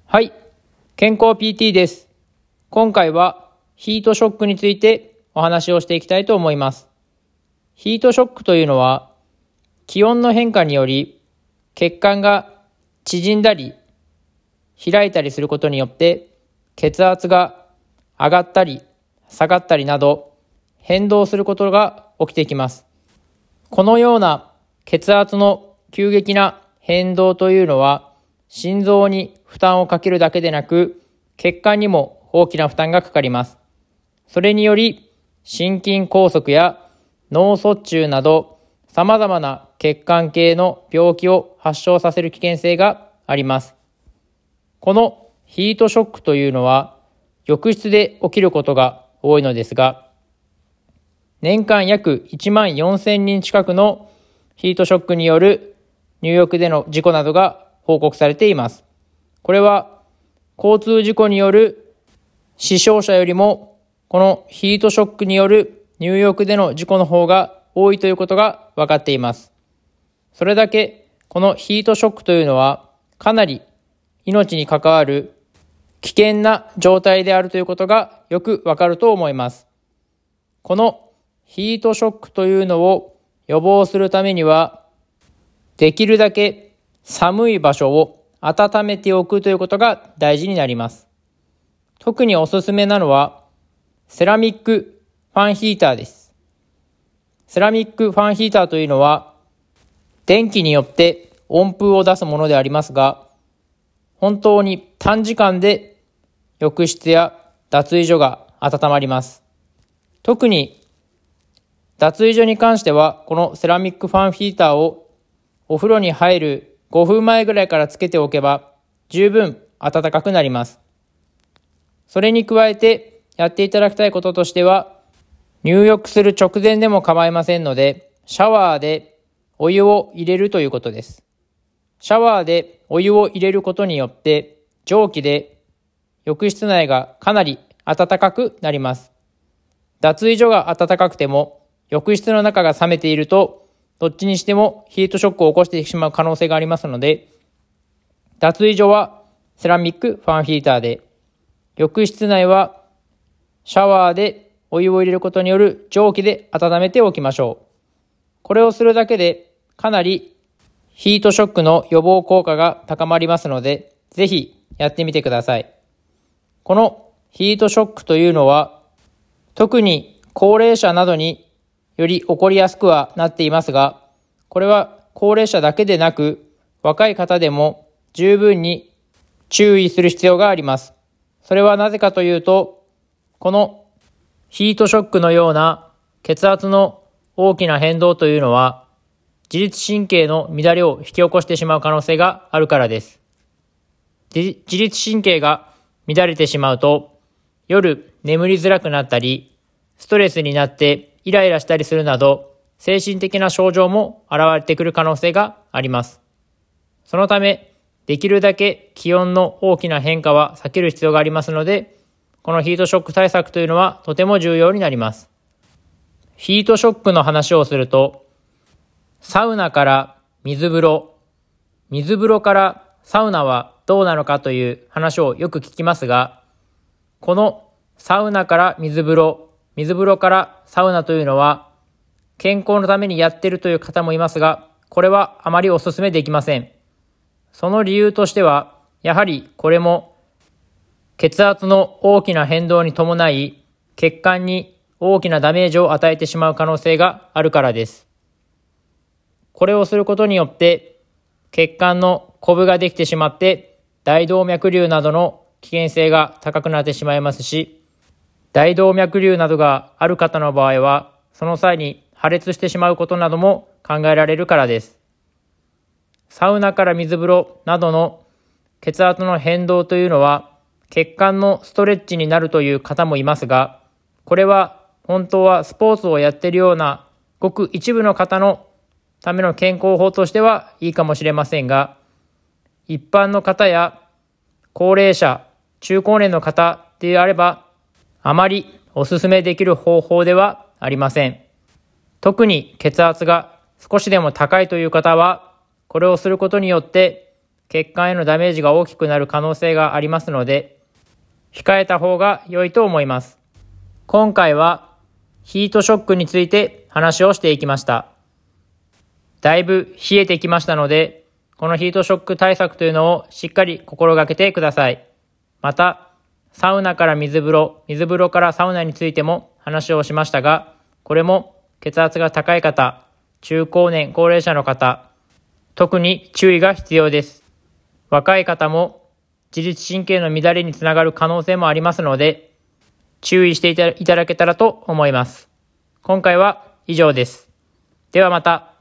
はい、健康 PT です。今回はヒートショックについてお話をしていきたいと思います。ヒートショックというのは、気温の変化により血管が縮んだり開いたりすることによって血圧が上がったり下がったりなど変動することが起きてきます。このような血圧の急激な変動というのは、心臓に負担をかけるだけでなく、血管にも大きな負担がかかります。それにより、心筋梗塞や脳卒中など、様々な血管系の病気を発症させる危険性があります。このヒートショックというのは、浴室で起きることが多いのですが、年間約1万4000人近くのヒートショックによる入浴での事故などが報告されています。これは交通事故による死傷者よりもこのヒートショックによる入浴での事故の方が多いということが分かっています。それだけこのヒートショックというのはかなり命に関わる危険な状態であるということがよく分かると思います。このヒートショックというのを予防するためには、できるだけ寒い場所を温めておくということが大事になります。特におすすめなのはセラミックファンヒーターです。セラミックファンヒーターというのは電気によって温風を出すものでありますが、本当に短時間で浴室や脱衣所が温まります。特に脱衣所に関しては、このセラミックファンヒーターをお風呂に入る5分前ぐらいからつけておけば十分暖かくなります。それに加えてやっていただきたいこととしては、入浴する直前でも構いませんので、シャワーでお湯を入れるということです。シャワーでお湯を入れることによって蒸気で浴室内がかなり暖かくなります。脱衣所が暖かくても浴室の中が冷めていると、どっちにしてもヒートショックを起こしてしまう可能性がありますので、脱衣所はセラミックファンヒーターで、浴室内はシャワーでお湯を入れることによる蒸気で温めておきましょう。これをするだけでかなりヒートショックの予防効果が高まりますので、ぜひやってみてください。このヒートショックというのは、特に高齢者などにより起こりやすくはなっていますが、これは高齢者だけでなく、若い方でも十分に注意する必要があります。それはなぜかというと、このヒートショックのような血圧の大きな変動というのは、自律神経の乱れを引き起こしてしまう可能性があるからです。自律神経が乱れてしまうと、夜眠りづらくなったり、ストレスになってイライラしたりするなど、精神的な症状も現れてくる可能性があります。そのため、できるだけ気温の大きな変化は避ける必要がありますので、このヒートショック対策というのはとても重要になります。ヒートショックの話をすると、サウナから水風呂、水風呂からサウナはどうなのかという話をよく聞きますが、このサウナから水風呂、水風呂からサウナというのは健康のためにやっているという方もいますが、これはあまりお勧めできません。その理由としては、やはりこれも血圧の大きな変動に伴い血管に大きなダメージを与えてしまう可能性があるからです。これをすることによって血管のコブができてしまって大動脈瘤などの危険性が高くなってしまいますし、大動脈瘤などがある方の場合は、その際に破裂してしまうことなども考えられるからです。サウナから水風呂などの血圧の変動というのは、血管のストレッチになるという方もいますが、これは本当はスポーツをやっているようなごく一部の方のための健康法としてはいいかもしれませんが、一般の方や高齢者、中高年の方であれば、あまりお勧めできる方法ではありません。特に血圧が少しでも高いという方は、これをすることによって血管へのダメージが大きくなる可能性がありますので、控えた方が良いと思います。今回はヒートショックについて話をしていきました。だいぶ冷えてきましたので、このヒートショック対策というのをしっかり心がけてください。また、サウナから水風呂、水風呂からサウナについても話をしましたが、これも血圧が高い方、中高年、高齢者の方、特に注意が必要です。若い方も自律神経の乱れにつながる可能性もありますので、注意していただけたらと思います。今回は以上です。ではまた。